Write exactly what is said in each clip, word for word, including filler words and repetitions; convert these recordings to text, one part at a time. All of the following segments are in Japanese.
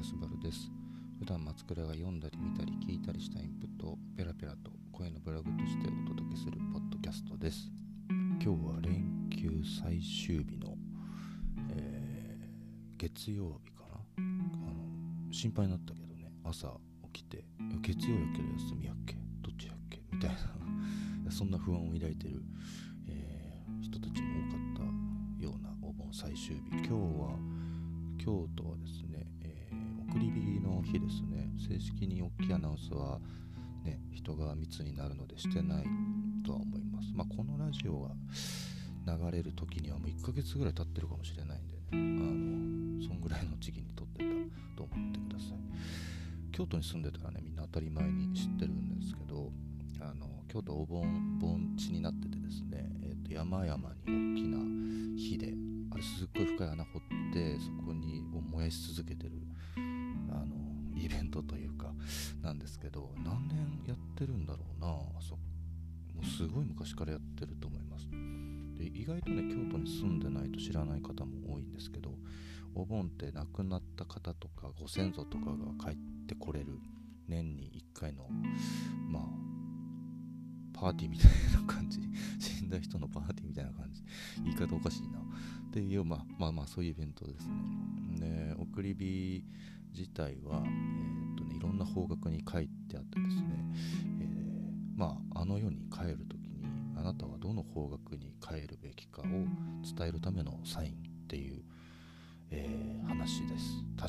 すばるです。普段松倉が読んだり見たり聞いたりしたインプットをペラペラと声のブログとしてお届けするポッドキャストです。今日は連休最終日の、えー、月曜日かな。あの心配になったけどね、朝起きて月曜やけど休みやっけどっちやっけみたいなそんな不安を抱いてる、えー、人たちも多かったようなお盆最終日。今日は京都はですね、えー、送り火の日ですね。正式に大きいアナウンスは、ね、人が密になるのでしてないとは思います。まあ、このラジオが流れる時にはもういっかげつぐらい経ってるかもしれないんでね、あのそんぐらいの時期に撮ってたと思ってください。京都に住んでたらね、みんな当たり前に知ってるんですけど、あの京都お盆盆地になっててですね、えー、と山々に大きな火で、あれすっごい深い穴掘ってそこにを燃やし続けてるあのイベントというかなんですけど、何年やってるんだろうな。そもうすごい昔からやってると思います。で意外とね、京都に住んでないと知らない方も多いんですけど、お盆って亡くなった方とかご先祖とかが帰ってこれる年にいっかいのまあパーティーみたいな感じ死んだ人のパーティーみたいな感じ、言い方おかしいなっていう、まあまあまあそういうイベントですね。で送り火自体は、えーっとね、いろんな方角に書いてあってですね、えー、まああの世に帰るときにあなたはどの方角に帰るべきかを伝えるためのサインっていう、えー、話です。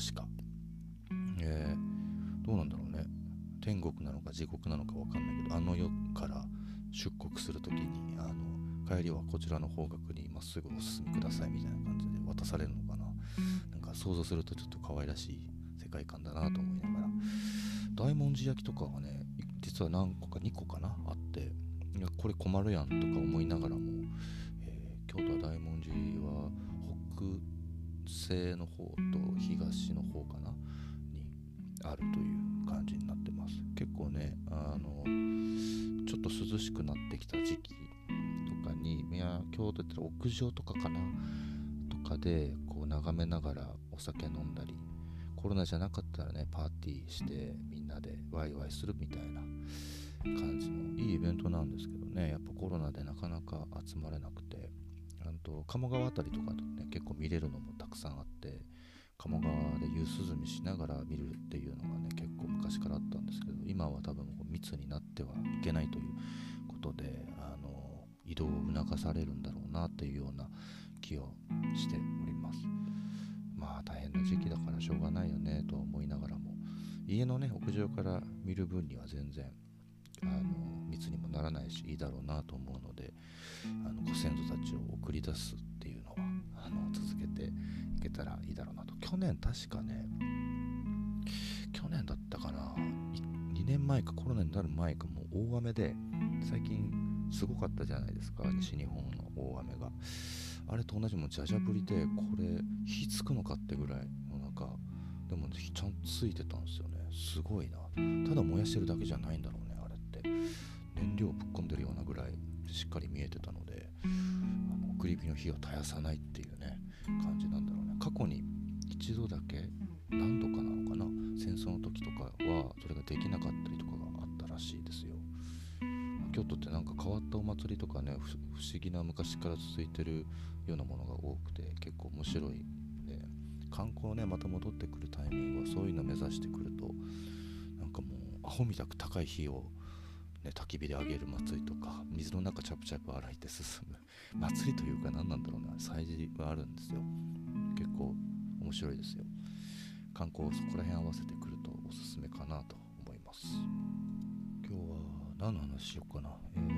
確か、えー、どうなんだろうね。天国なのか地獄なのか分かんないけど、あの世から出国するときにあの帰りはこちらの方角にまっすぐお進みくださいみたいな感じで渡されるのかな。なんか想像するとちょっと可愛らしい世界観だなと思いながら、大文字焼きとかはね、実は何個かにこかなあって、いやこれ困るやんとか思いながらも、えー、京都は大文字は北西の方と東の方かなにあるという感じになってます。結構ね、あのちょっと涼しくなってきた時期とかに、いや京都って屋上とかかなとかでこう眺めながらお酒飲んだり、コロナじゃなかったらねパーティーしてみんなでワイワイするみたいな感じのいいイベントなんですけどね、やっぱコロナでなかなか集まれなくて、あと鴨川あたりとかとね結構見れるのもたくさんあって、鴨川で夕涼みしながら見るっていうのがね結構昔からあったんですけど、今は多分密になってはいけないということで、あの移動を促されるんだろうなっていうような気をしております。まあ大変な時期だからしょうがないよねとは思いながらも、家のね屋上から見る分には全然あの密にもならないしいいだろうなと思うので、あのご先祖たちを送り出すっていうのはあの続けていけたらいいだろうなと。去年確かね去年だったかな、にねんまえか、コロナになる前か、もう大雨で最近すごかったじゃないですか、西日本の大雨が。あれと同じもん、じゃじゃ降りで、これ火つくのかってぐらいの中でもちゃんとついてたんですよね。すごいな。ただ燃やしてるだけじゃないんだろうね、あれって燃料ぶっ込んでるようなぐらいしっかり見えてたので、あの送り火の火を絶やさないっていうね感じなんだろうね。過去に一度だけ、何度かなのかな、戦争の時とかはそれができなかったりとかがあったらしいですよ。京都ってなんか変わったお祭りとかね、不思議な昔から続いてるようなものが多くて結構面白いで、観光ねまた戻ってくるタイミングはそういうのを目指してくると、なんかもうアホみたく高い火を、ね、焚き火で上げる祭りとか、水の中チャプチャプ歩いて進む祭りというか何なんだろうな、祭事があるんですよ。結構面白いですよ。観光そこら辺合わせてくるとおすすめかなと思います。今日は何の話しようかな。えー、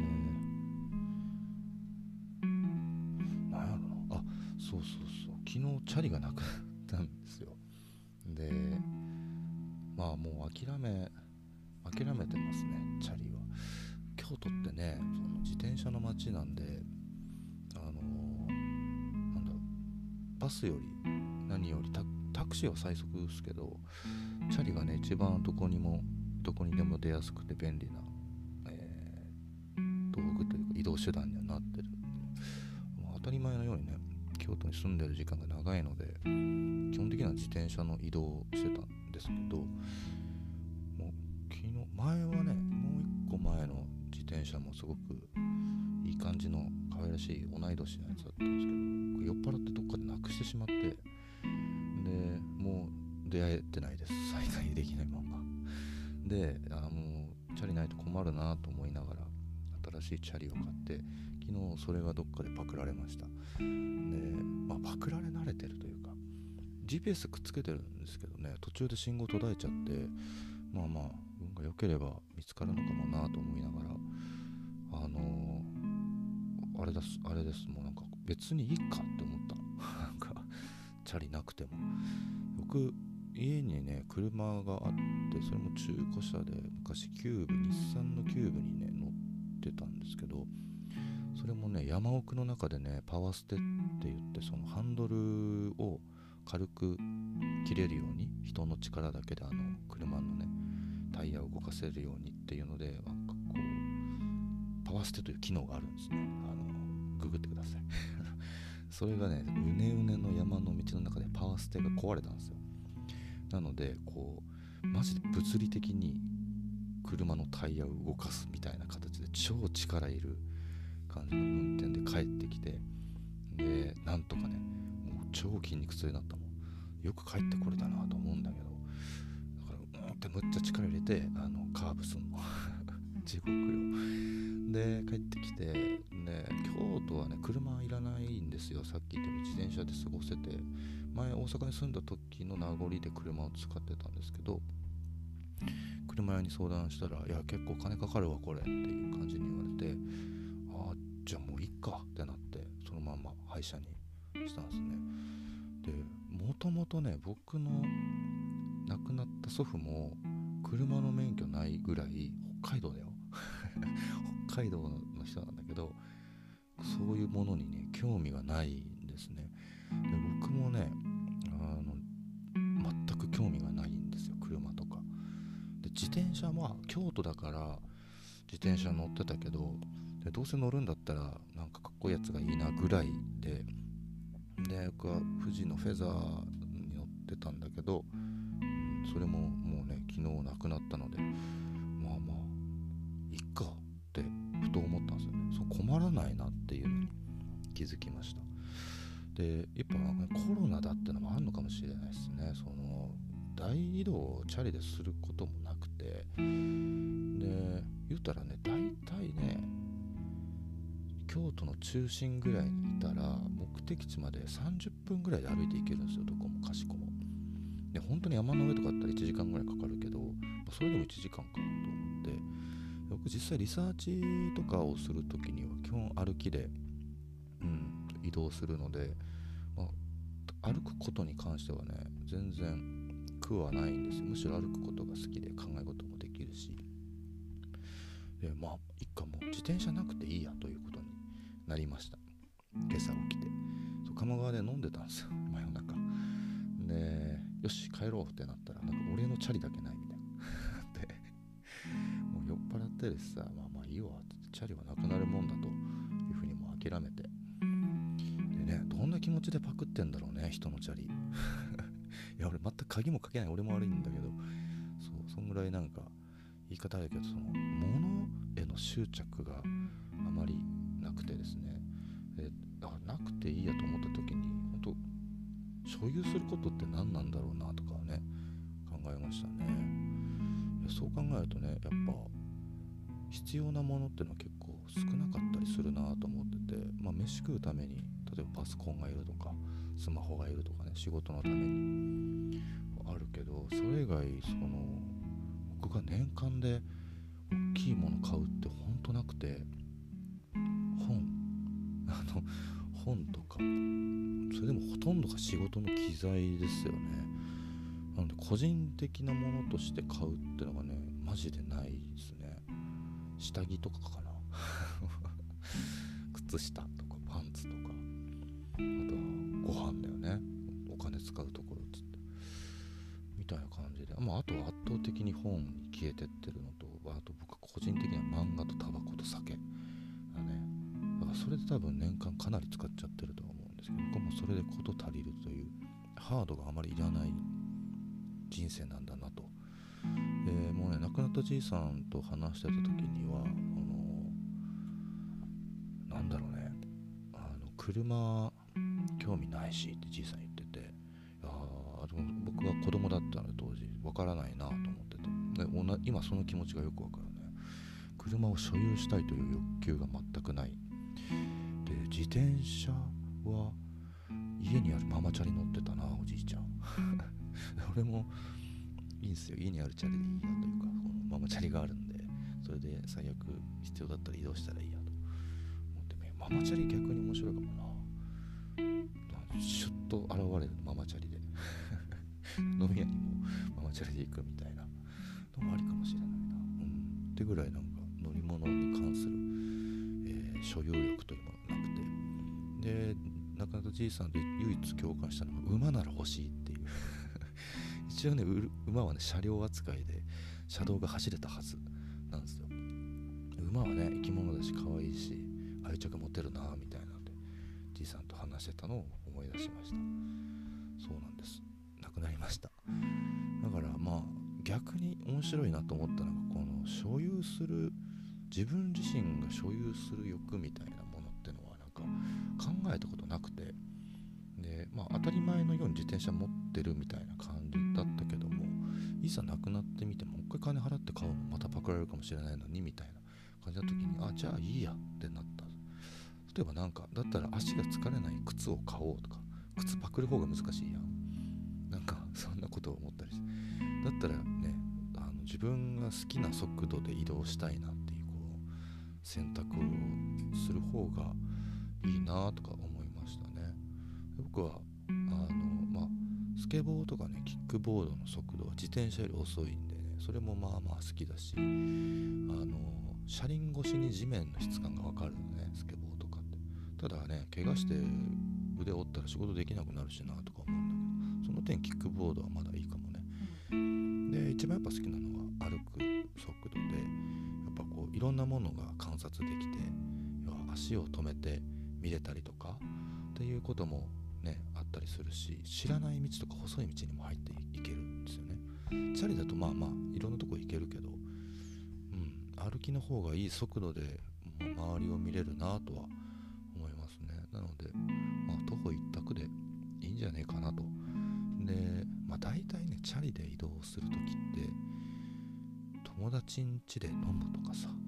何やろな。あ、そうそうそう。昨日チャリがなくなったんですよ。で、まあもう諦め諦めてますね、チャリは。京都ってね、その自転車の街なんで、あのー、なんだろう、バスより何よりタタクシーは最速ですけど、チャリがね一番どこにもどこにでも出やすくて便利な、えー、道具というか移動手段にはなってる。当たり前のようにね、京京都に住んでる時間が長いので基本的には自転車の移動をしてたんですけど、もう昨日前はねもう一個前の自転車もすごくいい感じの可愛らしい同い年のやつだったんですけど、酔っ払ってどっかでなくしてしまって、でもう出会えてないです。再開できないままで、あもうチャリないと困るなと思いながら新しいチャリを買って、昨日それがどっかでパクられました。で、まあ、パクられ慣れてるというか ジーピーエス くっつけてるんですけどね、途中で信号途絶えちゃって、まあまあ運が良ければ見つかるのかもなと思いながら、あのー、あれだすあれですもうなんか別にいいかって思ったなんかチャリなくても。僕家にね車があって、それも中古車で昔キューブ日産のキューブにね乗ってたんですけど、それもね山奥の中でねパワーステって言って、そのハンドルを軽く切れるように人の力だけであの車のねタイヤを動かせるようにっていうので、なんかこうパワーステという機能があるんですね。あのググってくださいそれがねうねうねの山の道の中でパワーステが壊れたんですよ。なのでこうマジで物理的に車のタイヤを動かすみたいな形で超力いる感じの運転で帰ってきて、でなんとかねもう超筋肉痛になったもん。よく帰ってこれたなと思うんだけど、だからうんってむっちゃ力入れてあのカーブすんの地獄よ。で帰ってきて、で京都はね車いらないんですよ。さっき言ったように自転車で過ごせて、前大阪に住んだ時の名残で車を使ってたんですけど、車屋に相談したら、いや結構金かかるわこれっていう感じに言われて、ああじゃあもういいかってなって、そのまま廃車にしたんですね。でもともとね僕の亡くなった祖父も車の免許ないぐらい、北海道だよ北海道の人なんだけど、そういうものにね興味がないんですね。で僕もねあの全く興味がないんですよ、車とかで。自転車は京都だから自転車乗ってたけど、でどうせ乗るんだったらなんかかっこいいやつがいいなぐらいで、で僕は富士のフェザーに乗ってたんだけど、それももうね昨日なくなったので、まあまあいっかってふと思ったんですよね。そう困らないなっていうのに気づきました。でやっぱなんかコロナだってのもあるのかもしれないですね。その大移動をチャリですることもなくて、で言ったらね大体ね京都の中心ぐらいにいたら目的地までさんじゅっぷんぐらいで歩いて行けるんですよ、どこもかしこも。で本当に山の上とかだったらいちじかんぐらいかかるけど、それでもいちじかんかと思って、僕実際リサーチとかをするときには基本歩きで、うん、移動するので、まあ、歩くことに関してはね全然苦はないんですよ。むしろ歩くことが好きで考え事もできるし、でまあ一家も自転車なくていいやということになりました。今朝起きてそう鴨川で飲んでたんですよ、真夜中で。よし帰ろうってなったら、なんか俺のチャリだけないみたいなでもう酔っ払ってるしさ、まあまあいいわってチャリはなくなるもんだというふうにもう諦めて、でねどんな気持ちでパクってんだろうね人のチャリいや俺全く鍵もかけない俺も悪いんだけど、そうそんぐらいなんか言い方あるけど、その物への執着があまりなくてですね、であなくていいやと思った時に本当所有することって何なんだろうなとかね考えましたね。いやそう考えるとねやっぱ必要なものってのは結構少なかったりするなと思ってて、まあ飯食うために例えばパソコンがいるとかスマホがいるとかね、仕事のためにあるけど、それ以外その僕が年間で大きいもの買うってほんとなくて、本あの本とかそれでもほとんどが仕事の機材ですよね。なので個人的なものとして買うってのがねマジでないですね。下着とかかな靴下とかパンツとか、あとはご飯だよね、お金使うところっつってみたいな感じで、まあ、あとは圧倒的に本に消えてってるのと、あと僕個人的には漫画とタバコと酒だね。 からそれで多分年間かなり使っちゃってるとは思うんですけど、僕もそれで事足りるというハードがあまりいらない人生なんだなと。でもうね、亡くなったじいさんと話してた時には、あのなんだろうね、あの車興味ないしってじいさん言ってて、あでも僕は子供だったので当時わからないなと思ってて、で今その気持ちがよくわかるね。車を所有したいという欲求が全くない。で自転車は家にあるママチャリ乗ってたな、おじいちゃん俺もいいんすよ、家にあるチャリでいいやというか、このママチャリがあるんで、それで最悪必要だったら移動したらいいやと思ってね。ママチャリ逆に面白いかもな。シュッと現れるママチャリで飲み屋にもママチャリで行くみたいなのもありかもしれないな、うん、ってぐらいなんか乗り物に関する、えー、所有欲というものがなくて、で亡くなったじいさんで唯一共感したのが馬なら欲しいっていう一応ね、馬はね車両扱いで車道が走れたはずなんですよ。馬はね生き物だし可愛いし愛着持てるなみたいなのでじいさんと話してたのを思い出しました。そうなんです、亡くなりました。だからまあ逆に面白いなと思ったのが、この所有する、自分自身が所有する欲みたいなものってのはなんか考えたことなくて、でまあ当たり前のように自転車持ってるみたいな感じだったけども、いざ亡くなってみてもう一回金払って買うのまたパクられるかもしれないのにみたいな感じの時に、あじゃあいいやってなった。例えばなんかだったら足が疲れない靴を買おうとか、靴パクる方が難しいやん、なんかそんなことを思ったりして、だったらね、あの自分が好きな速度で移動したいなっていうこう選択をする方がいいなとか思いましたね。僕はあのまあスケボーとかね、キックボードの速度は自転車より遅いんでね、それもまあまあ好きだし、あの車輪越しに地面の質感が分かるのね、スケボーとかって。ただね、怪我して腕折ったら仕事できなくなるしなとか思うんだけど、その点キックボードはまだいいかもね。で一番やっぱ好きなのは歩く速度で、やっぱこういろんなものが観察できて、要は足を止めて見れたりとかっていうこともねあったりするし、知らない道とか細い道にも入っていけるんですよね。チャリだとまあまあいろんなとこ行けるけど、うん、歩きの方がいい速度で周りを見れるなとは思いますね。なのでまあ徒歩一択でいいんじゃねえかなと。でまあ大体ねチャリで移動するときって友達ん家で飲むとかさ、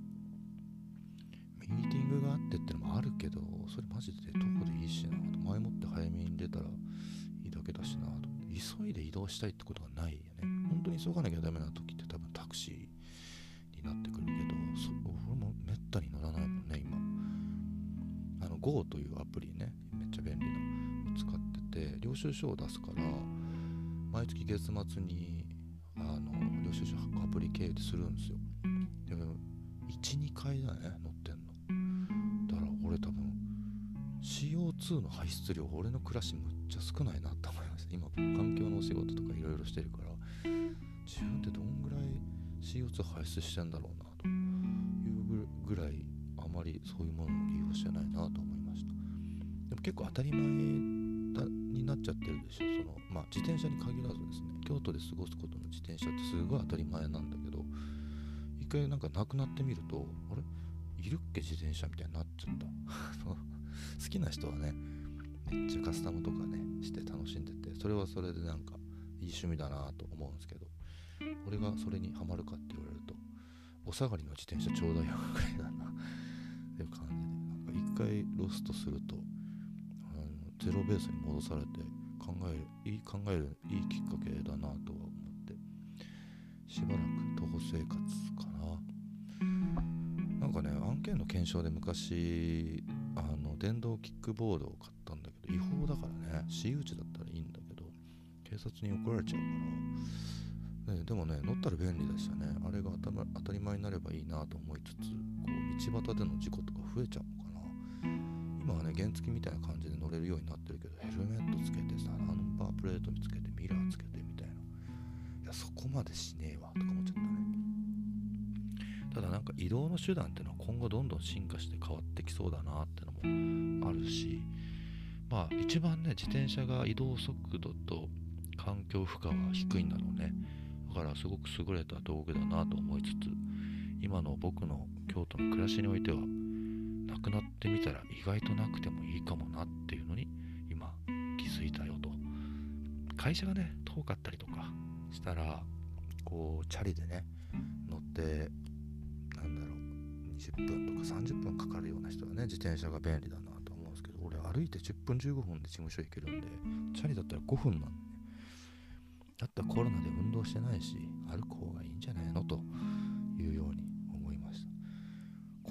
ミーティングがあってってのもあるけど、それマジで徒歩でいいしなと、前もって早めに出たらいいだけだしなと。急いで移動したいってことがないよね。本当に急がなきゃダメな時って多分タクシーになってくるけど、そ俺もめったに乗らないもんね今。あの ゴー というアプリね、めっちゃ便利なのを使ってて、領収書を出すから毎月月末にあの領収書アプリ経由でするんですよ。でも いち,に 回だね乗ってんの。だから俺多分 シーオーツー の排出量、俺の暮らしむっちゃ少ないなって思いました。今環境のお仕事とかいろいろしてるから、自分ってどんぐらい シーオーツー 排出してんだろうなというぐらい、あまりそういうものを利用してないなと思いました。でも結構当たり前だになっちゃってるでしょ。そのまあ自転車に限らずですね、京都で過ごすことの自転車ってすごい当たり前なんだけど、一回なんかなくなってみると、あれいるっけ自転車みたいになっちゃった好きな人はねめっちゃカスタムとかねして楽しんでて、それはそれでなんかいい趣味だなと思うんですけど、俺がそれにハマるかって言われると、お下がりの自転車ちょうだいよぐらいだなっていう感じで、なんか一回ロストするとあのゼロベースに戻されて考えるいい考えるいいきっかけだなとは思って、しばらく徒歩生活かな。なんかね、案件の検証で昔あの電動キックボードを買ったんだけど、違法だからね、私有地だったらいいんだけど警察に怒られちゃうから、ね、でもね乗ったら便利でしたね。あれが当た、当たり前になればいいなと思いつつ、こう道端での事故とか増えちゃうのかな。今はね原付みたいな感じで乗れるようになってるけど、ヘルメットつけてさ、ナンバープレートにつけてミラーつけてみたいな、いやそこまでしねえわとか思っちゃったね。 ただなんか移動の手段っていうのは今後どんどん進化して変わってきそうだなっていうのもあるし、まあ一番ね自転車が移動速度と環境負荷は低いんだろうね。だからすごく優れた道具だなと思いつつ、今の僕の京都の暮らしにおいてはなくなってみたら意外となくてもいいかもなっていうのに今気づいたよと。会社がね遠かったりとかしたらこうチャリでね乗ってなんだろうにじゅっぷんとかさんじゅっぷんかかるような人はね自転車が便利だなと思うんですけど、俺歩いてじゅっぷんじゅうごふんで事務所行けるんで、チャリだったらごふんなんでね。だったらコロナで運動してないし歩く方がいいんじゃないのというように思いました。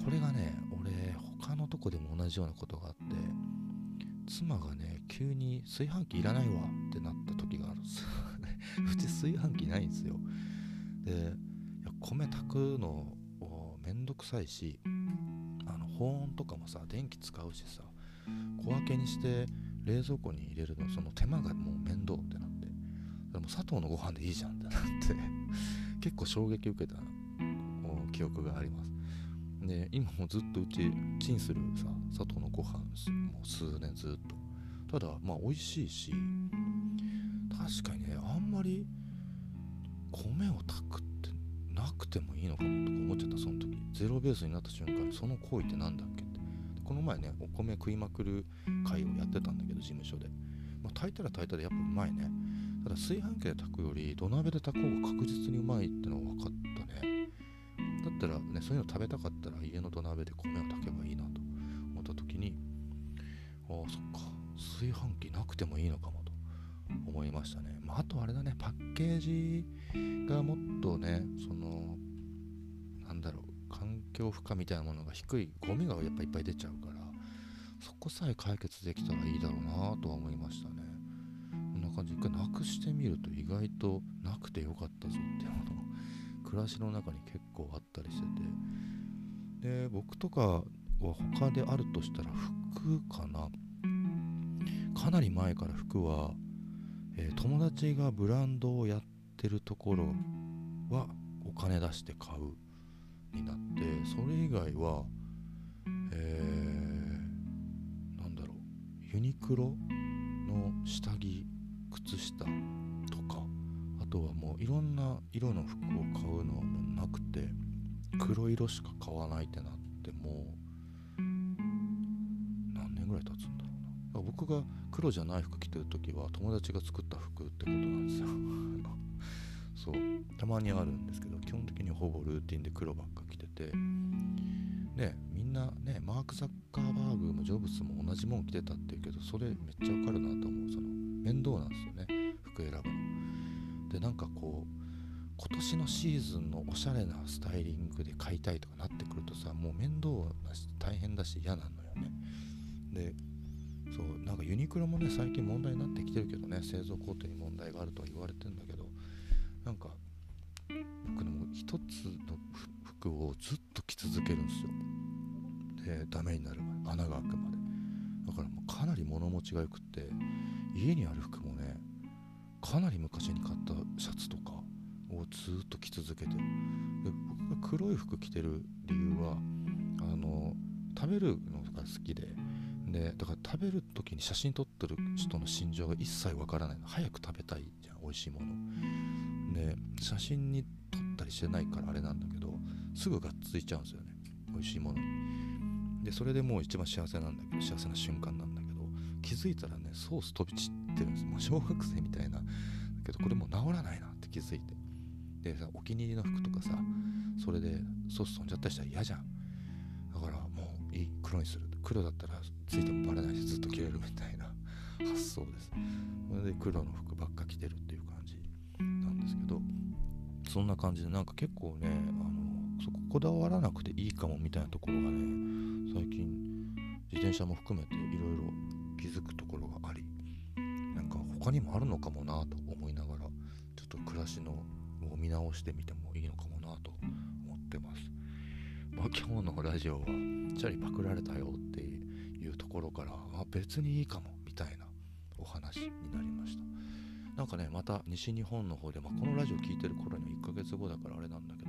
これがね俺他のとこでも同じようなことがあって、妻がね急に炊飯器いらないわってなった時があるんですようち炊飯器ないんですよ。でいや米炊くのめんどくさいし、あの保温とかもさ電気使うしさ、小分けにして冷蔵庫に入れるのその手間がもう面倒ってなって、でも砂糖のご飯でいいじゃんってなって結構衝撃受けた記憶があります。で今もずっとうちチンするさ砂糖のご飯もう数年ずっと、ただまあ美味しいし、確かにねあんまり米を炊くってなくてもいいのかもとか思っちゃった。その時ゼロベースになった瞬間にその行為ってなんだっけって。この前ねお米食いまくる会をやってたんだけど事務所で、まあ、炊いたら炊いたらやっぱうまいね。ただ炊飯器で炊くより土鍋で炊く方が確実にうまいってのが分かったね。だったらねそういうの食べたかったら家の土鍋で米を炊けばいいなと思った時に、ああそっか炊飯器なくてもいいのかもと思いましたね。まあ、あとあれだね、パッケージがもっとねそのなんだろう環境負荷みたいなものが低い、ゴミがやっぱいっぱい出ちゃうから、そこさえ解決できたらいいだろうなとは思いましたね。こんな感じ、一回なくしてみると意外となくてよかったぞっていうもの暮らしの中に結構あったりしてて、で僕とかは他であるとしたら服かな。かなり前から服は、えー、友達がブランドをやってるところはお金出して買うになって、それ以外は、えー、なんだろうユニクロの下着靴下とか、あとはもういろんな色の服を買うのはもうなくて、黒色しか買わないってなってもう何年ぐらい経つんだろうな。僕が黒じゃない服着てるときは友達が作った服ってことなんですよそうたまにあるんですけど、基本的にほぼルーティンで黒ばっか着てて、ねみんなねマーク・ザッカーバーグもジョブズも同じもん着てたって言うけど、それめっちゃわかるなと思う。その面倒なんですよね服選ぶので。なんかこう今年のシーズンのおしゃれなスタイリングで買いたいとかなってくるとさ、もう面倒だし大変だし嫌なのよね。でそうなんかユニクロもね最近問題になってきてるけどね、製造工程に問題があるとは言われてるんだけど、なんか僕でも一つの服をずっと着続けるんですよ。でダメになるまで、穴が開くまで。だからもうかなり物持ちが良くって、家にある服もねかなり昔に買ったシャツとかをずっと着続けてる。で僕が黒い服着てる理由はあの食べるのが好きで、でだから食べる時に写真撮ってる人の心情が一切わからないの。早く食べたいじゃん美味しいもので、写真に撮ったりしてないからあれなんだけど、すぐがっついちゃうんですよね美味しいものに。でそれでもう一番幸せなんだけど、幸せな瞬間なんだけど、気づいたらねソース飛び散ってるんです。まあ、小学生みたいなだけど、これもう治らないなって気づいて、でさお気に入りの服とかさそれでソース飛んじゃったりしたら嫌じゃん。だからもういい黒にする、黒だったらついてもバレないしずっと着れるみたいな発想です。それで黒の服ばっか着てるっていう感じなんですけど、そんな感じでなんか結構ねあのそここだわらなくていいかもみたいなところがね最近自転車も含めていろいろ気づくところがあり、なんか他にもあるのかもなと思いながら、ちょっと暮らしのを見直してみてもいいのかもなと思ってます。まあ、今日のラジオはチャリパクられたよっていうところから、あ別にいいかもみたいなお話になりました。なんかねまた西日本の方で、まあ、このラジオ聞いてる頃にはいっかげつごだからあれなんだけど、雨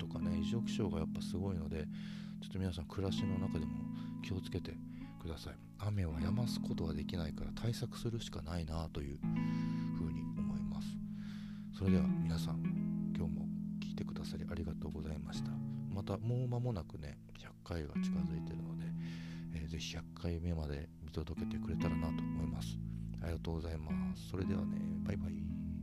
とかね異常気象がやっぱすごいので、ちょっと皆さん暮らしの中でも気をつけてください。雨は止ますことはできないから対策するしかないなというふうに思います。それでは皆さん、今日も聞いてくださりありがとうございました。またもう間もなくねひゃっかいが近づいているので、えー、ぜひひゃっかいめまで見届けてくれたらなと思います。ありがとうございます。それではね、バイバイ。